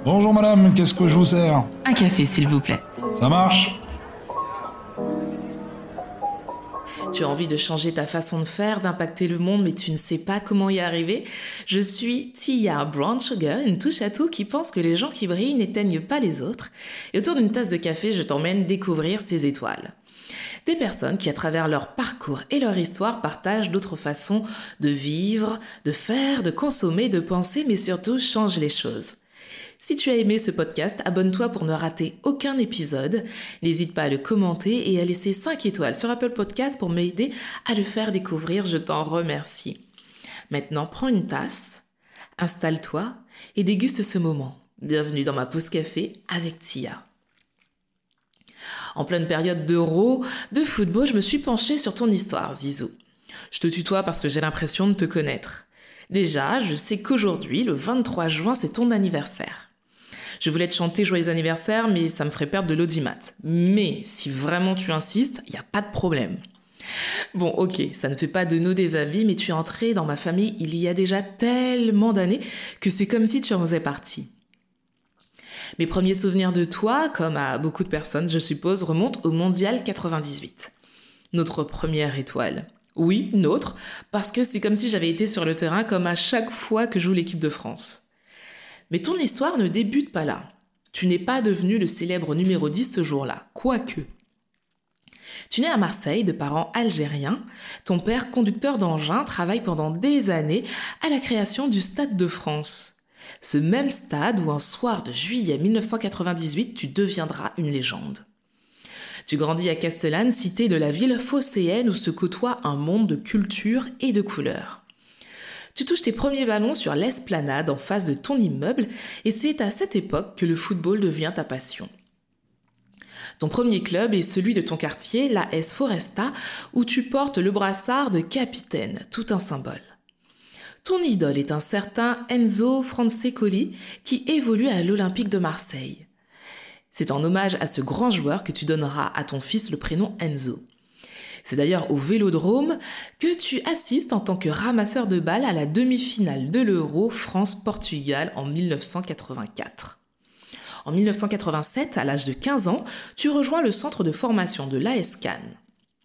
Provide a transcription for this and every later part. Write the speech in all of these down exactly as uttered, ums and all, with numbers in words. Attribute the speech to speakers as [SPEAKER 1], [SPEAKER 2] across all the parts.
[SPEAKER 1] Bonjour madame, qu'est-ce que je vous sers?
[SPEAKER 2] Un café, s'il vous plaît.
[SPEAKER 1] Ça marche?
[SPEAKER 2] Tu as envie de changer ta façon de faire, d'impacter le monde, mais tu ne sais pas comment y arriver? Je suis Tia Brown Sugar, une touche à tout qui pense que les gens qui brillent n'éteignent pas les autres. Et autour d'une tasse de café, je t'emmène découvrir ces étoiles. Des personnes qui, à travers leur parcours et leur histoire, partagent d'autres façons de vivre, de faire, de consommer, de penser, mais surtout changent les choses. Si tu as aimé ce podcast, abonne-toi pour ne rater aucun épisode. N'hésite pas à le commenter et à laisser cinq étoiles sur Apple Podcast pour m'aider à le faire découvrir, je t'en remercie. Maintenant, prends une tasse, installe-toi et déguste ce moment. Bienvenue dans ma pause café avec Tia. En pleine période d'Euro, de football, je me suis penchée sur ton histoire, Zizou. Je te tutoie parce que j'ai l'impression de te connaître. Déjà, je sais qu'aujourd'hui, le vingt-trois juin, c'est ton anniversaire. Je voulais te chanter joyeux anniversaire, mais ça me ferait perdre de l'audimat. Mais si vraiment tu insistes, il n'y a pas de problème. Bon, ok, ça ne fait pas de nous des avis, mais tu es entré dans ma famille il y a déjà tellement d'années que c'est comme si tu en faisais partie. Mes premiers souvenirs de toi, comme à beaucoup de personnes, je suppose, remontent au Mondial quatre-vingt-dix-huit. Notre première étoile. Oui, nôtre, parce que c'est comme si j'avais été sur le terrain comme à chaque fois que joue l'équipe de France. Mais ton histoire ne débute pas là. Tu n'es pas devenu le célèbre numéro dix ce jour-là, quoique. Tu nais à Marseille de parents algériens. Ton père, conducteur d'engin, travaille pendant des années à la création du Stade de France. Ce même stade où un soir de juillet mille neuf cent quatre-vingt-dix-huit, tu deviendras une légende. Tu grandis à Castellane, cité de la ville phocéenne où se côtoie un monde de culture et de couleurs. Tu touches tes premiers ballons sur l'esplanade en face de ton immeuble et c'est à cette époque que le football devient ta passion. Ton premier club est celui de ton quartier, l'A S Foresta, où tu portes le brassard de capitaine, tout un symbole. Ton idole est un certain Enzo Francescoli qui évolue à l'Olympique de Marseille. C'est en hommage à ce grand joueur que tu donneras à ton fils le prénom Enzo. C'est d'ailleurs au Vélodrome que tu assistes en tant que ramasseur de balles à la demi-finale de l'Euro France-Portugal en mille neuf cent quatre-vingt-quatre. En mille neuf cent quatre-vingt-sept, à l'âge de quinze ans, tu rejoins le centre de formation de l'A S Cannes.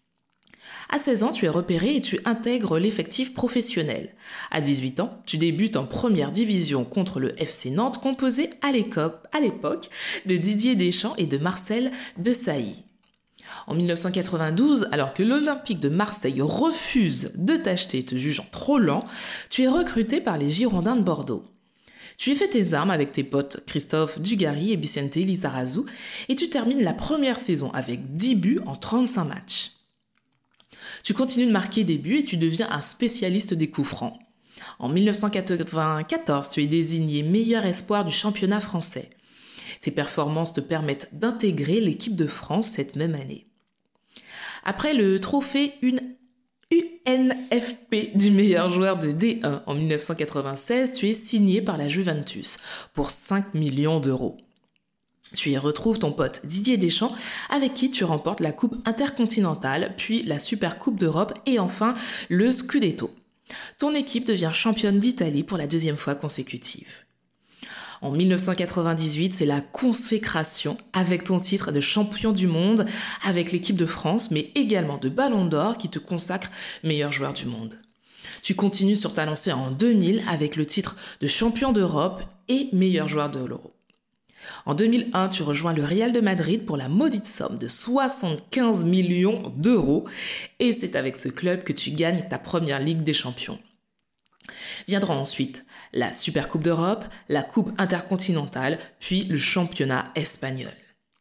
[SPEAKER 2] À seize ans, tu es repéré et tu intègres l'effectif professionnel. À dix-huit ans, tu débutes en première division contre le F C Nantes, composé à l'époque de Didier Deschamps et de Marcel Desailly. En mille neuf cent quatre-vingt-douze, alors que l'Olympique de Marseille refuse de t'acheter, te jugeant trop lent, tu es recruté par les Girondins de Bordeaux. Tu y fais tes armes avec tes potes Christophe Dugarry et Vicente Lizarazu et tu termines la première saison avec dix buts en trente-cinq matchs. Tu continues de marquer des buts et tu deviens un spécialiste des coups francs. En mille neuf cent quatre-vingt-quatorze, tu es désigné meilleur espoir du championnat français. Tes performances te permettent d'intégrer l'équipe de France cette même année. Après le trophée une U N F P du meilleur joueur de D un en mille neuf cent quatre-vingt-seize, tu es signé par la Juventus pour cinq millions d'euros. Tu y retrouves ton pote Didier Deschamps avec qui tu remportes la Coupe intercontinentale, puis la Supercoupe d'Europe et enfin le Scudetto. Ton équipe devient championne d'Italie pour la deuxième fois consécutive. En mille neuf cent quatre-vingt-dix-huit, c'est la consécration avec ton titre de champion du monde avec l'équipe de France, mais également de Ballon d'Or qui te consacre meilleur joueur du monde. Tu continues sur ta lancée en deux mille avec le titre de champion d'Europe et meilleur joueur de l'Euro. En deux mille un, tu rejoins le Real de Madrid pour la maudite somme de soixante-quinze millions d'euros et c'est avec ce club que tu gagnes ta première Ligue des Champions. Viendront ensuite la Supercoupe d'Europe, la Coupe intercontinentale, puis le championnat espagnol.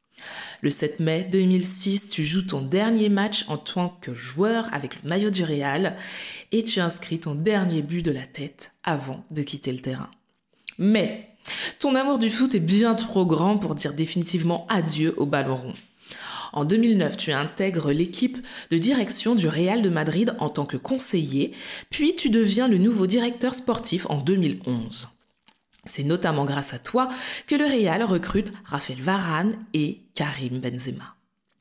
[SPEAKER 2] Le sept mai deux mille six, tu joues ton dernier match en tant que joueur avec le maillot du Real et tu inscris ton dernier but de la tête avant de quitter le terrain. Mais ton amour du foot est bien trop grand pour dire définitivement adieu au ballon rond. En deux mille neuf, tu intègres l'équipe de direction du Real de Madrid en tant que conseiller, puis tu deviens le nouveau directeur sportif en deux mille onze. C'est notamment grâce à toi que le Real recrute Raphaël Varane et Karim Benzema.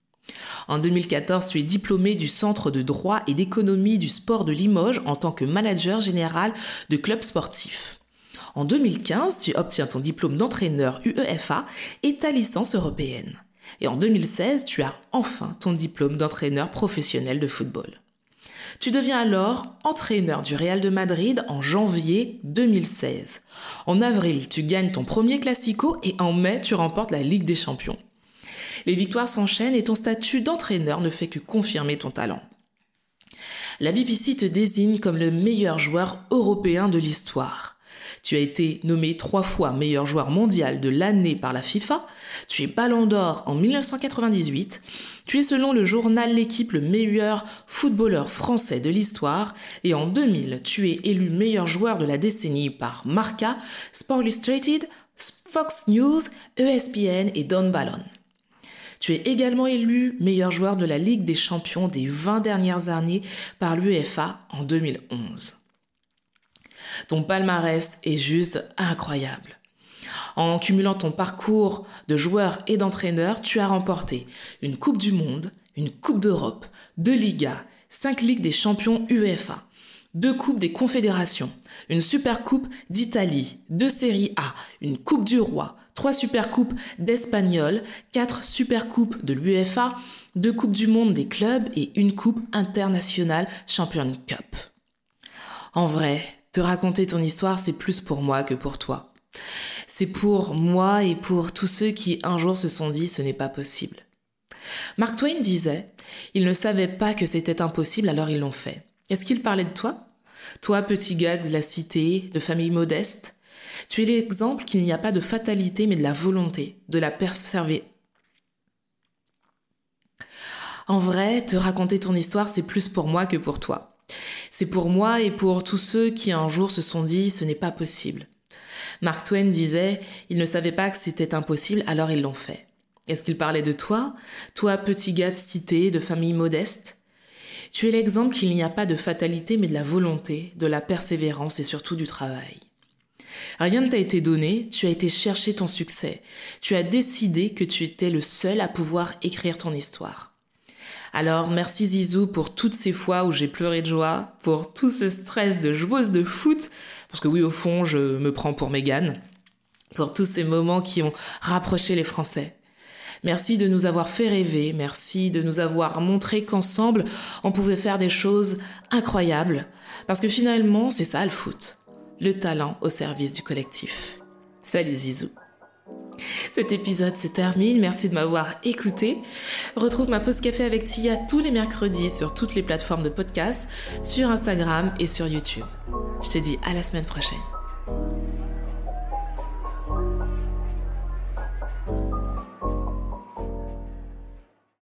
[SPEAKER 2] En deux mille quatorze, tu es diplômé du Centre de droit et d'économie du sport de Limoges en tant que manager général de club sportif. En deux mille quinze, tu obtiens ton diplôme d'entraîneur U E F A et ta licence européenne. Et en deux mille seize, tu as enfin ton diplôme d'entraîneur professionnel de football. Tu deviens alors entraîneur du Real de Madrid en janvier deux mille seize. En avril, tu gagnes ton premier Classico et en mai, tu remportes la Ligue des Champions. Les victoires s'enchaînent et ton statut d'entraîneur ne fait que confirmer ton talent. La B B C te désigne comme le meilleur joueur européen de l'histoire. Tu as été nommé trois fois meilleur joueur mondial de l'année par la FIFA. Tu es Ballon d'Or en dix-neuf cent quatre-vingt-dix-huit. Tu es selon le journal L'Équipe le meilleur footballeur français de l'histoire. Et en deux mille, tu es élu meilleur joueur de la décennie par Marca, Sports Illustrated, Fox News, E S P N et Don Ballon. Tu es également élu meilleur joueur de la Ligue des Champions des vingt dernières années par l'UEFA en deux mille onze. Ton palmarès est juste incroyable. En cumulant ton parcours de joueur et d'entraîneur, tu as remporté une Coupe du Monde, une Coupe d'Europe, deux Ligas, cinq Ligues des Champions UEFA, deux Coupes des Confédérations, une Supercoupe d'Italie, deux Séries A, une Coupe du Roi, trois Supercoupes d'Espagnol, quatre Supercoupes de l'UEFA, deux Coupes du Monde des clubs et une Coupe internationale Champions Cup. En vrai, te raconter ton histoire, c'est plus pour moi que pour toi. C'est pour moi et pour tous ceux qui un jour se sont dit « ce n'est pas possible ». Mark Twain disait « ils ne savaient pas que c'était impossible, alors ils l'ont fait ». Est-ce qu'il parlait de toi ? Toi, petit gars de la cité, de famille modeste ? Tu es l'exemple qu'il n'y a pas de fatalité, mais de la volonté, de la persévérer. En vrai, te raconter ton histoire, c'est plus pour moi que pour toi. C'est pour moi et pour tous ceux qui un jour se sont dit « ce n'est pas possible ». Mark Twain disait « ils ne savaient pas que c'était impossible, alors ils l'ont fait ». Est-ce qu'il parlait de toi ? Toi, petit gars de cité, de famille modeste ? Tu es l'exemple qu'il n'y a pas de fatalité, mais de la volonté, de la persévérance et surtout du travail. Rien ne t'a été donné, tu as été chercher ton succès. Tu as décidé que tu étais le seul à pouvoir écrire ton histoire. Alors, merci Zizou pour toutes ces fois où j'ai pleuré de joie, pour tout ce stress de joueuse de foot, parce que oui, au fond, je me prends pour Mégane, pour tous ces moments qui ont rapproché les Français. Merci de nous avoir fait rêver, merci de nous avoir montré qu'ensemble, on pouvait faire des choses incroyables, parce que finalement, c'est ça le foot, le talent au service du collectif. Salut Zizou. Cet épisode se termine, merci de m'avoir écouté. Retrouve ma pause café avec Tia tous les mercredis sur toutes les plateformes de podcast, sur Instagram et sur YouTube. Je te dis à la semaine prochaine.